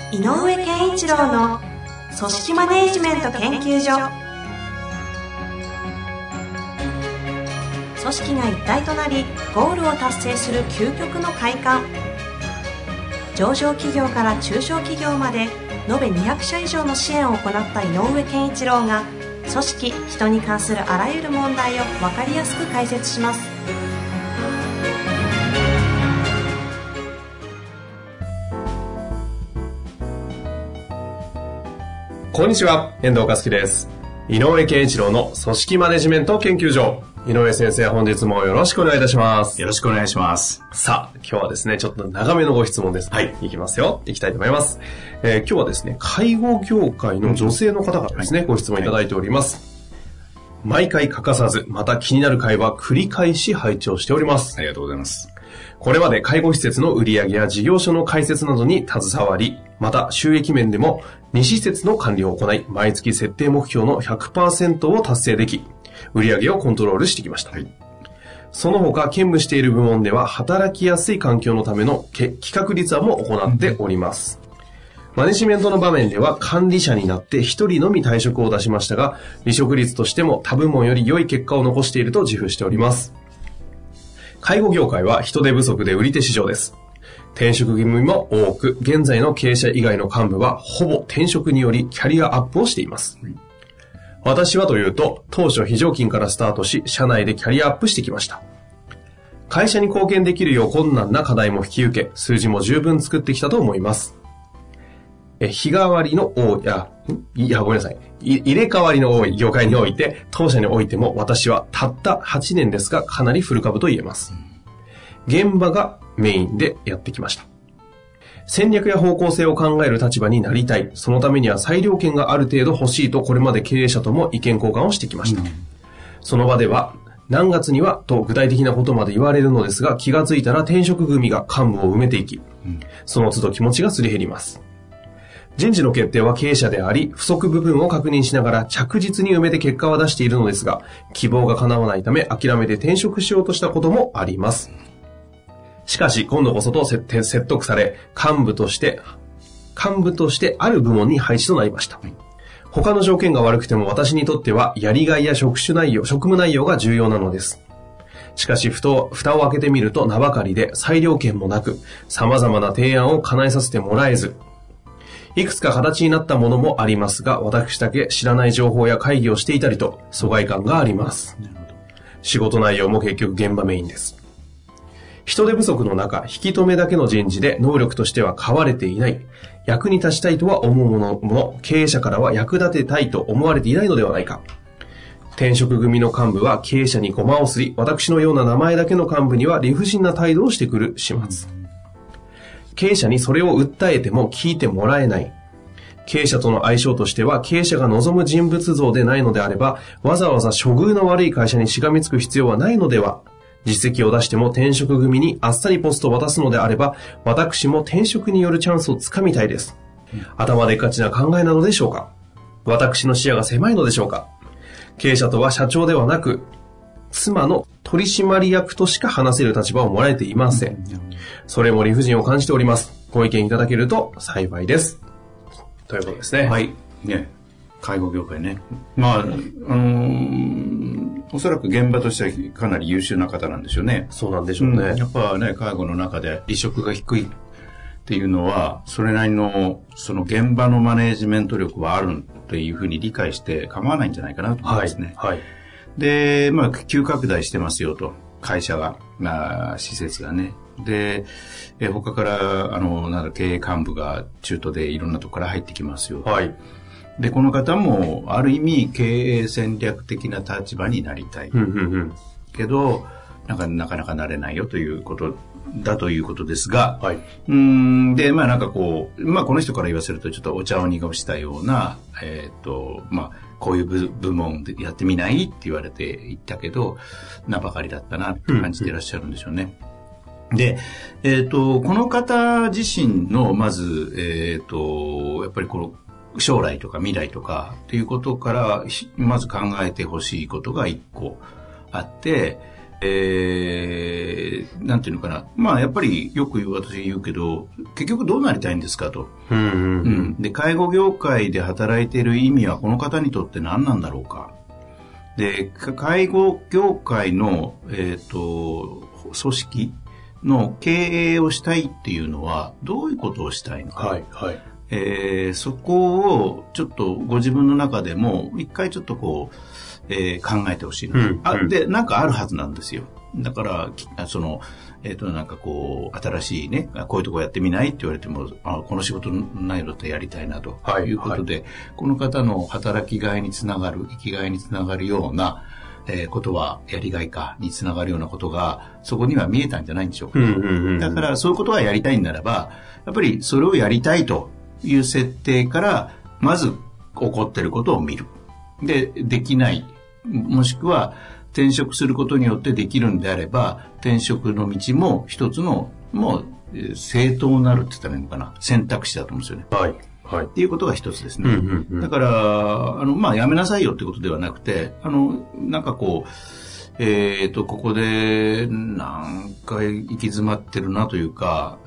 井上健一郎の組織マネジメント研究所。組織が一体となりゴールを達成する究極の快感。上場企業から中小企業まで延べ200社以上の支援を行った井上健一郎が、組織・人に関するあらゆる問題を分かりやすく解説します。 こんにちは、遠藤和樹です。井上健一郎の組織マネジメント研究所。井上先生、本日もよろしくお願いいたします。 よろしくお願いします。 さあ、今日はですね、ちょっと長めのご質問です。 はい。 いきますよ。いきたいと思います。今日はですね、介護業界の女性の方からですね、ご質問いただいております。毎回欠かさず、また気になる会話繰り返し拝聴しております。 ありがとうございます。 これまで介護施設の売上や事業所の開設などに携わり、また収益面でも2施設の管理を行い、毎月設定目標の 100% を達成でき、売上をコントロールしてきました。はい。その他、兼務している部門では働きやすい環境のための企画立案も行っております。マネジメントの場面では管理者になって一人のみ退職を出しましたが、離職率としても他部門より良い結果を残していると自負しております。介護業界は人手不足で売り手市場です。転職組も多く、現在の経営者以外の幹部はほぼ転職によりキャリアアップをしています。私はというと、当初非常勤からスタートし、社内でキャリアアップしてきました。会社に貢献できるよう困難な課題も引き受け、数字も十分作ってきたと思います。日替わりの多い、ごめんなさい。入れ替わりの多い業界において、当社においても私はたった8年ですが、かなり古株と言えます。現場がメインでやってきました。戦略や方向性を考える立場になりたい。そのためには裁量権がある程度欲しいと、これまで経営者とも意見交換をしてきました。その場では、何月にはと具体的なことまで言われるのですが、気がついたら転職組が幹部を埋めていき、その都度気持ちがすり減ります。人事の決定は経営者であり、不足部分を確認しながら着実に埋めて結果は出しているのですが、希望が叶わないため諦めて転職しようとしたこともあります。しかし今度こそと説得され、幹部としてある部門に配置となりました。他の条件が悪くても私にとってはやりがいや職務内容が重要なのです。しかし蓋を開けてみると名ばかりで裁量権もなく、様々な提案を叶えさせてもらえず、いくつか形になったものもありますが、私だけ知らない情報や会議をしていたりと疎外感があります。仕事内容も結局現場メインです。人手不足の中、引き止めだけの人事で能力としては買われていない。役に立ちたいとは思うもの、経営者からは役立てたいと思われていないのではないか。転職組の幹部は経営者に駒をすり、私のような名前だけの幹部には理不尽な態度をしてくる始末。経営者にそれを訴えても聞いてもらえない。経営者との相性としては、経営者が望む人物像でないのであれば、わざわざ処遇の悪い会社にしがみつく必要はないのでは。実績を出しても転職組にあっさりポストを渡すのであれば、私も転職によるチャンスをつかみたいです。頭でっかちな考えなのでしょうか。私の視野が狭いのでしょうか。経営者とは社長ではなく、妻の取締役としか話せる立場をもらえていません。それも理不尽を感じております。ご意見いただけると幸いです。ということですね。 はい。ね。介護業界ね。おそらく現場としてはかなり優秀な方なんでしょうね。 そうなんでしょうね。 やっぱね、介護の中で離職が低いっていうのは、それなりの、その現場のマネージメント力はあるというふうに理解して構わないんじゃないかなと思いますね。はい。はい、で、急拡大してますよと。会社が、施設がね。で、他から、経営幹部が中途でいろんなところから入ってきますよ。はい。で、この方も、ある意味、経営戦略的な立場になりたい。けど、なかなかなれないよということだということですが、はい。で、この人から言わせると、ちょっとお茶を濁したような、こういう部門でやってみないって言われていったけど、名ばかりだったなって感じていらっしゃるんでしょうね。で、この方自身の、まず、やっぱり将来とか未来とかっていうことから、まず考えてほしいことが一個あって、 なんていうのかな。まあ、やっぱりよく私言うけど、結局どうなりたいんですかと。で、介護業界で働いている意味はこの方にとって何なんだろうか。で、介護業界の、組織の経営をしたいっていうのは、どういうことをしたいのか。そこをちょっとご自分の中でも一回ちょっとこう、考えてほしいな、で、なんかあるはずなんですよ。だから、なんかこう、新しいね、こういうとこやってみないって言われても、この仕事ないのってやりたいなということで、この方の働きがいにつながる、生きがいにつながるような、ことは、やりがいかにつながるようなことが、そこには見えたんじゃないんでしょうか。だから、そういうことがやりたいんならば、やっぱりそれをやりたいという設定から、まず起こっていることを見る。で、できない。もしくは転職することによってできるんであれば、転職の道も一つのもう正当なるって言ったらいいのかな、選択肢だと思うんですよね。っていうことが一つですね。だからまあやめなさいよってことではなくて、なんかこうここでなんか行き詰まってるなというか、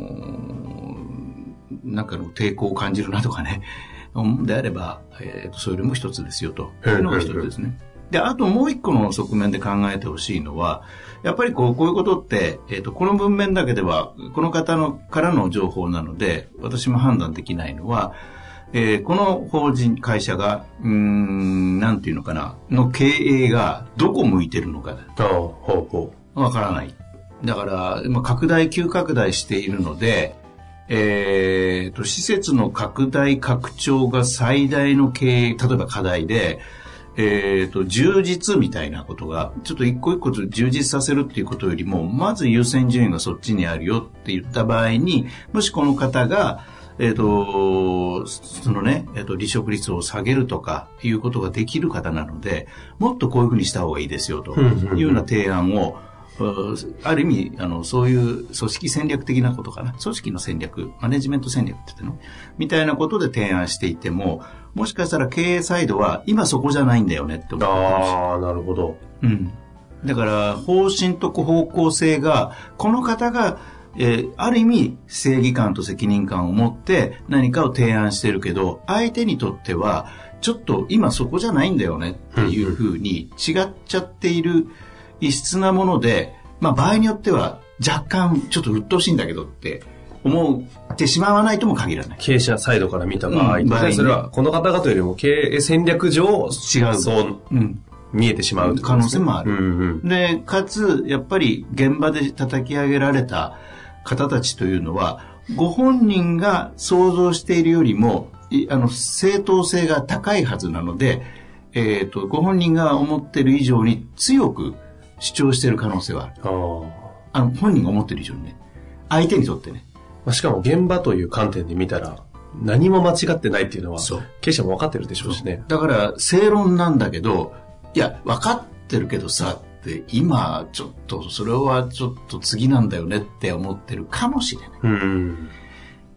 なんかの抵抗を感じるなとかね。であれば、それも一つですよというのが一つですね。で、あともう一個の側面で考えてほしいのは、やっぱりこういうことって、この文面だけでは、この方からの情報なので、私も判断できないのは、この法人、会社が、なんていうのかな、の経営がどこ向いてるのかわからない。だから、急拡大しているので、施設の拡大拡張が最大の経営、例えば課題で、充実みたいなことが、ちょっと一個一個充実させるっていうことよりも、まず優先順位がそっちにあるよって言った場合に、もしこの方が、そのね、離職率を下げるとかいうことができる方なので、もっとこういうふうにした方がいいですよというような提案を、ある意味そういう組織戦略的なことかな、組織の戦略、マネジメント戦略って言ってのみたいなことで提案していても、もしかしたら経営サイドは今そこじゃないんだよねって思ってます。 なるほど。 だから方針と方向性が、この方が、ある意味正義感と責任感を持って何かを提案してるけど、相手にとってはちょっと今そこじゃないんだよねっていうふうに違っちゃっている異質なもので、場合によっては若干ちょっと鬱陶しいんだけどって思ってしまわないとも限らない。 経営者サイドから見た場合、それはこの方々よりも経営戦略上違う。そう、見えてしまう、 可能性もある。で、かつ、やっぱり現場で叩き上げられた方たちというのは、ご本人が想像しているよりも、正当性が高いはずなので、ご本人が思っている以上に強く主張している可能性はある。本人が思っている以上にね。相手にとってね。 しかも現場という観点で見たら、何も間違ってないっていうのは、経営者も分かってるでしょうしね。 だから、正論なんだけど、いや、分かってるけどさ、って今、ちょっと、それはちょっと次なんだよねって思ってるかもしれない。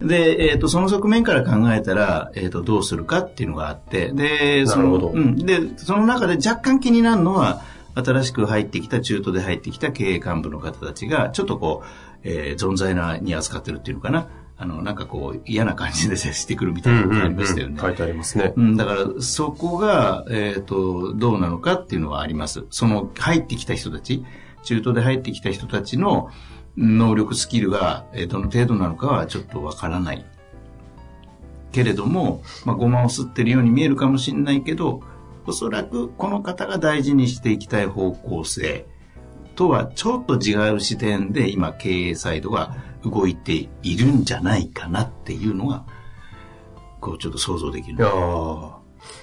で、その側面から考えたら、どうするかっていうのがあって、で、 なるほど。 で、その中で若干気になるのは、新しく入ってきた、中途で入ってきた経営幹部の方たちが、ちょっとこう、存在に扱ってるっていうのかな。なんかこう、嫌な感じで接してくるみたいなのがありましたよね。 書いてありますね。 だから、そこが、どうなのかっていうのはあります。その、入ってきた人たち、中途で入ってきた人たちの能力、スキルが、どの程度なのかはちょっとわからない。けれども、ごまを吸ってるように見えるかもしれないけど、おそらくこの方が大事にしていきたい方向性とはちょっと違う視点で今経営サイドが動いているんじゃないかなっていうのがこうちょっと想像できる。 こ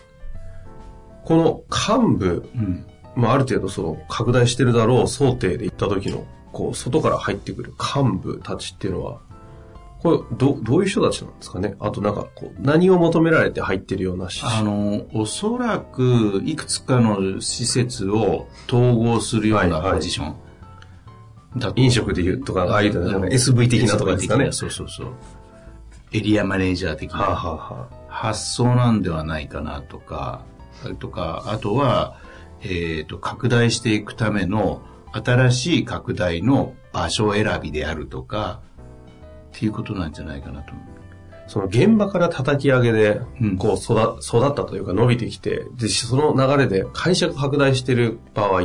の幹部、ある程度その拡大してるだろう想定で行った時のこう外から入ってくる幹部たちっていうのはこれどういう人たちなんですかね。あとなんかこう何を求められて入ってるようなおそらくいくつかの施設を統合するようなポジション、 飲食でいうとかああいうの SV 的なとかですかね。 そうエリアマネージャー的な発想なんではないかなとかあとは拡大していくための新しい拡大の場所選びであるとか、っていうことなんじゃないかなと思う。 その現場から叩き上げで、こう育ったというか伸びてきて、で、その流れで会社が拡大してる場合って、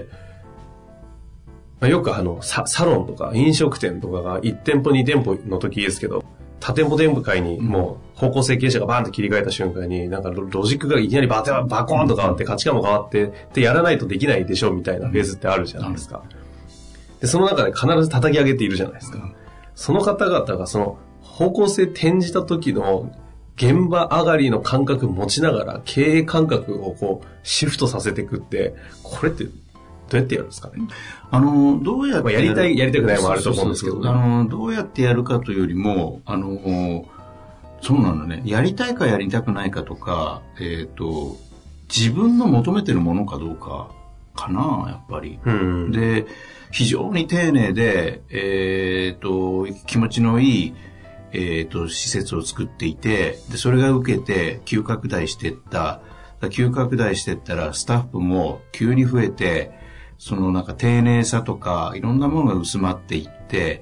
よくサロンとか飲食店とかが1店舗2店舗の時ですけど、多店舗展開にもう方向性経営者がバーンと切り替えた瞬間に、なんかロジックがいきなりバコーンと変わって価値観も変わって、で、やらないとできないでしょみたいなフェーズってあるじゃないですか。で、その中で必ず叩き上げているじゃないですか。その方々がその方向性転じた時の現場上がりの感覚持ちながら経営感覚をこうシフトさせていくって、これってどうやってやるんですかね。 どうやってやりたいやりたくないもあると思うんですけど、ね、 どうやってやるかというよりもそうなんだね。やりたいかやりたくないかとか、自分の求めてるものかどうかかな、やっぱり。で、非常に丁寧で気持ちのいい施設を作っていて、で、それが受けて急拡大していった。急拡大していったらスタッフも急に増えて、そのなんか丁寧さとかいろんなものが薄まっていって、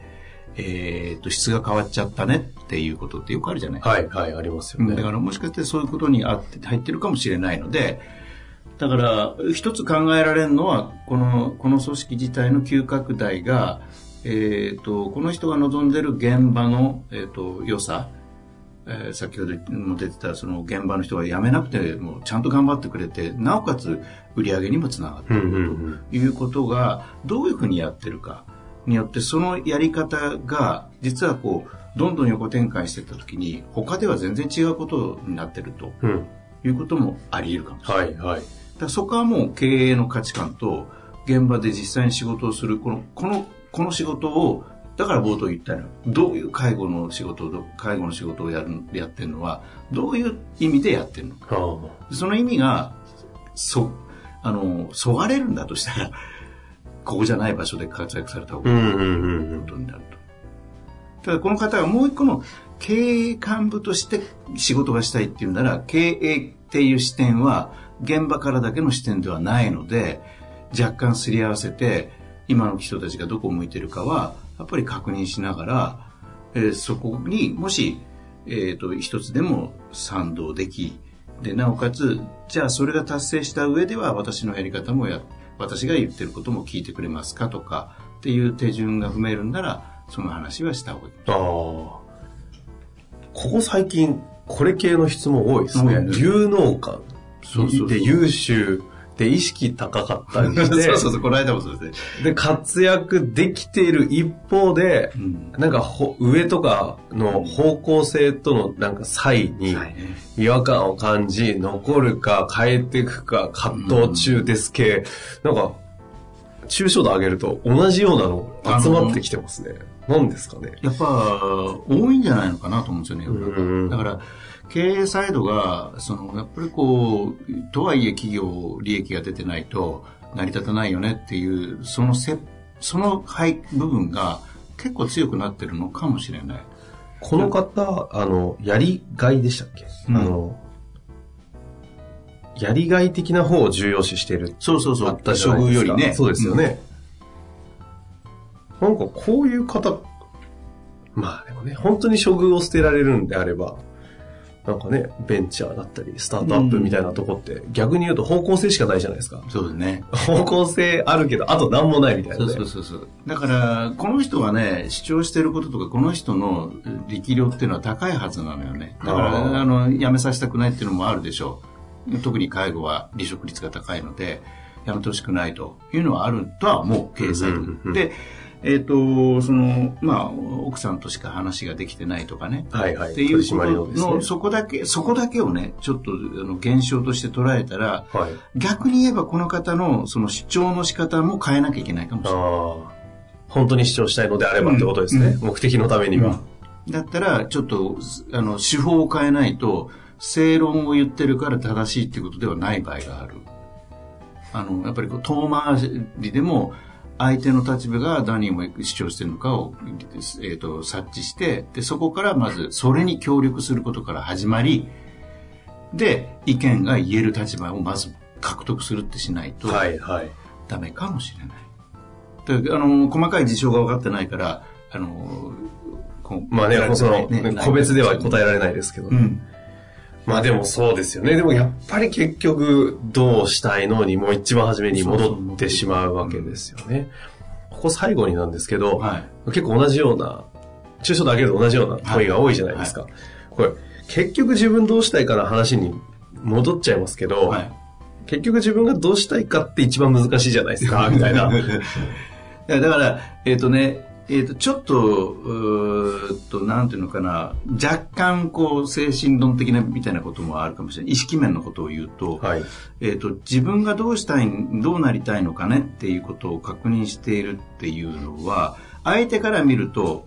質が変わっちゃったねっていうことってよくあるじゃない。 はいはい、ありますよね。 だからもしかしてそういうことに入ってるかもしれないので、だから一つ考えられるのはこの組織自体の急拡大がこの人が望んでる現場の、良さ、先ほども出てたその現場の人が辞めなくてもちゃんと頑張ってくれて、なおかつ売り上げにもつながっているということがどういうふうにやってるかによって、そのやり方が実はこうどんどん横展開していった時に他では全然違うことになってるということもあり得るかもしれない。はいはい、だからそこはもう経営の価値観と現場で実際に仕事をするこの仕事を、だから冒頭言ったように、どういう介護の仕事をやってるのはどういう意味でやってるのか、その意味がそがれるんだとしたらここじゃない場所で活躍された方がいいということになると。ただこの方がもう一個の経営幹部として仕事がしたいっていうなら、経営っていう視点は現場からだけの視点ではないので、若干すり合わせて今の人たちがどこを向いてるかはやっぱり確認しながら、そこにもし、一つでも賛同でき、でなおかつじゃあそれが達成した上では私のやり方も私が言ってることも聞いてくれますかとかっていう手順が踏めるんなら、その話はした方がいい。 ここ最近これ系の質問多いですね。有能感で優秀で意識高かったりしてそうこの間もそうですね。 で活躍できている一方で、なんか上とかの方向性とのなんか差異に違和感を感じ、残るか変えていくか葛藤中です系、なんか抽象度上げると同じようなの集まってきてますね。何ですかね。 やっぱ多いんじゃないのかなと思うんですよね。だから経営サイドがやっぱりこうとはいえ企業利益が出てないと成り立たないよねっていうその部分が結構強くなってるのかもしれない。 この方やりがいでしたっけ、やりがい的な方を重要視している。 そう処遇よりね。 そうですよね。なんかこういう方、まあでもね、本当に処遇を捨てられるんであれば、なんかね、ベンチャーだったり、スタートアップみたいなとこって、逆に言うと方向性しかないじゃないですか。 そうですね。 方向性あるけど、あと何もないみたいな、ね。 そう。だから、この人がね、主張してることとか、この人の力量っていうのは高いはずなのよね。だから、辞めさせたくないっていうのもあるでしょう。特に介護は離職率が高いので、辞めてほしくないというのはあるとは思う、経営サイドで。奥さんとしか話ができてないとかね。はいはい。っていうことの、そこだけをね、ちょっと、現象として捉えたら、逆に言えばこの方の、その主張の仕方も変えなきゃいけないかもしれない。 本当に主張したいのであればってことですね。目的のためには。 だったら、ちょっと、手法を変えないと、正論を言ってるから正しいっていうことではない場合がある。やっぱり遠回りでも、相手の立場が何を主張しているのかを、察知して、で、そこからまずそれに協力することから始まり、で、意見が言える立場をまず獲得するってしないと、ダメかもしれない。 で細かい事象が分かってないから、 まあね、個別では答えられないですけど、まあでもそうですよね。でもやっぱり結局、どうしたいのにもう一番初めに戻ってしまうわけですよね。ここ最後になんですけど、結構同じような、抽象度上げると同じような問いが多いじゃないですか。これ、結局自分どうしたいかの話に戻っちゃいますけど、結局自分がどうしたいかって一番難しいじゃないですか、みたいな。 だから、ちょっと、なんていうのかな、若干精神論的なみたいなこともあるかもしれない。意識面のことを言うと、自分がどうなりたいのかねっていうことを確認しているっていうのは、相手から見ると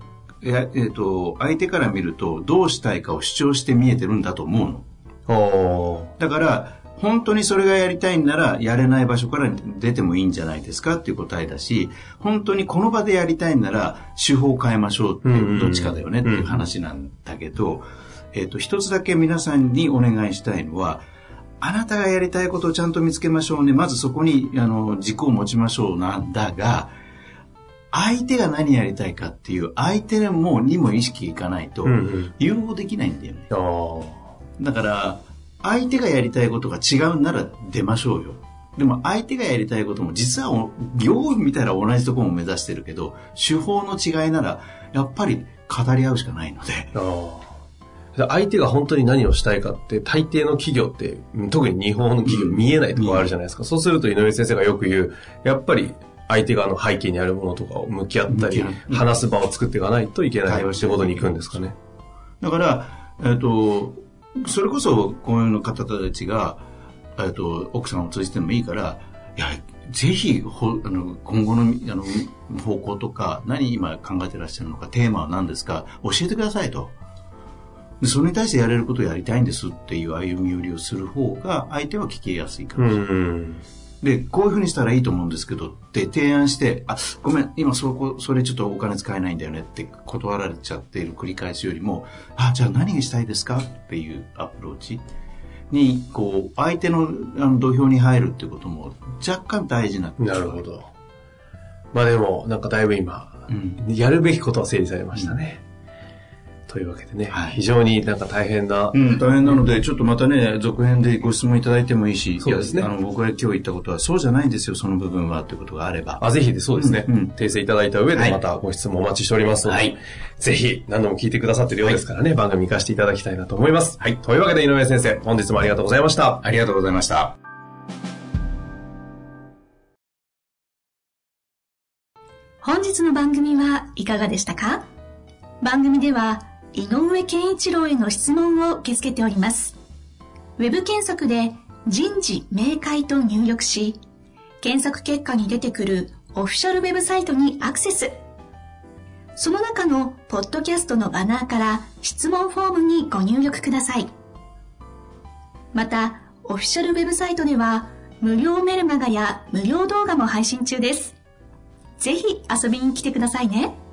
どうしたいかを主張して見えてるんだと思うの。だから、本当にそれがやりたいんならやれない場所から出てもいいんじゃないですかっていう答えだし、本当にこの場でやりたいんなら手法を変えましょうっていうどっちかだよねっていう話なんだけど、一つだけ皆さんにお願いしたいのは、あなたがやりたいことをちゃんと見つけましょうね。まずそこに軸を持ちましょうなんだが、相手が何やりたいかっていう相手にも意識がいかないと融合できないんだよね。だから相手がやりたいことが違うなら出ましょうよ。でも相手がやりたいことも実はよう見たら同じところも目指してるけど、手法の違いならやっぱり語り合うしかないので。 相手が本当に何をしたいかって大抵の企業って特に日本の企業見えないところあるじゃないですか。そうすると井上先生がよく言う、やっぱり相手側の背景にあるものとかを向き合ったり、話す場を作っていかないといけないってことに行くんですかね。 だからそれこそこういう方たちが奥さんを通じてもいいから、いやぜひ今後の方向とか何今考えてらっしゃるのか、テーマは何ですか教えてくださいと。でそれに対してやれることをやりたいんですっていう歩み寄りをする方が相手は聞きやすいかもしれない。でこういうふうにしたらいいと思うんですけどって提案して、ごめん今それちょっとお金使えないんだよねって断られちゃっている繰り返しよりも、じゃあ何がしたいですかっていうアプローチに相手の土俵に入るっていうことも若干大事な。 なるほど。まあでもなんかだいぶ今、やるべきことは整理されましたね。というわけでね、非常になんか大変な、 大変なのでちょっとまたね続編でご質問いただいてもいいし、 そうですね、 僕が今日言ったことはそうじゃないんですよその部分はということがあればぜひそうですね、訂正いただいた上でまたご質問お待ちしておりますので、ぜひ何度も聞いてくださっているようですからね、番組活かしていただきたいなと思います。というわけで井上先生、本日もありがとうございました。 ありがとうございました。 本日の番組はいかがでしたか？番組では井上健一郎への質問を受け付けております。ウェブ検索で人事明快と入力し、検索結果に出てくるオフィシャルウェブサイトにアクセス。その中のポッドキャストのバナーから質問フォームにご入力ください。また、オフィシャルウェブサイトでは無料メルマガや無料動画も配信中です。ぜひ遊びに来てくださいね。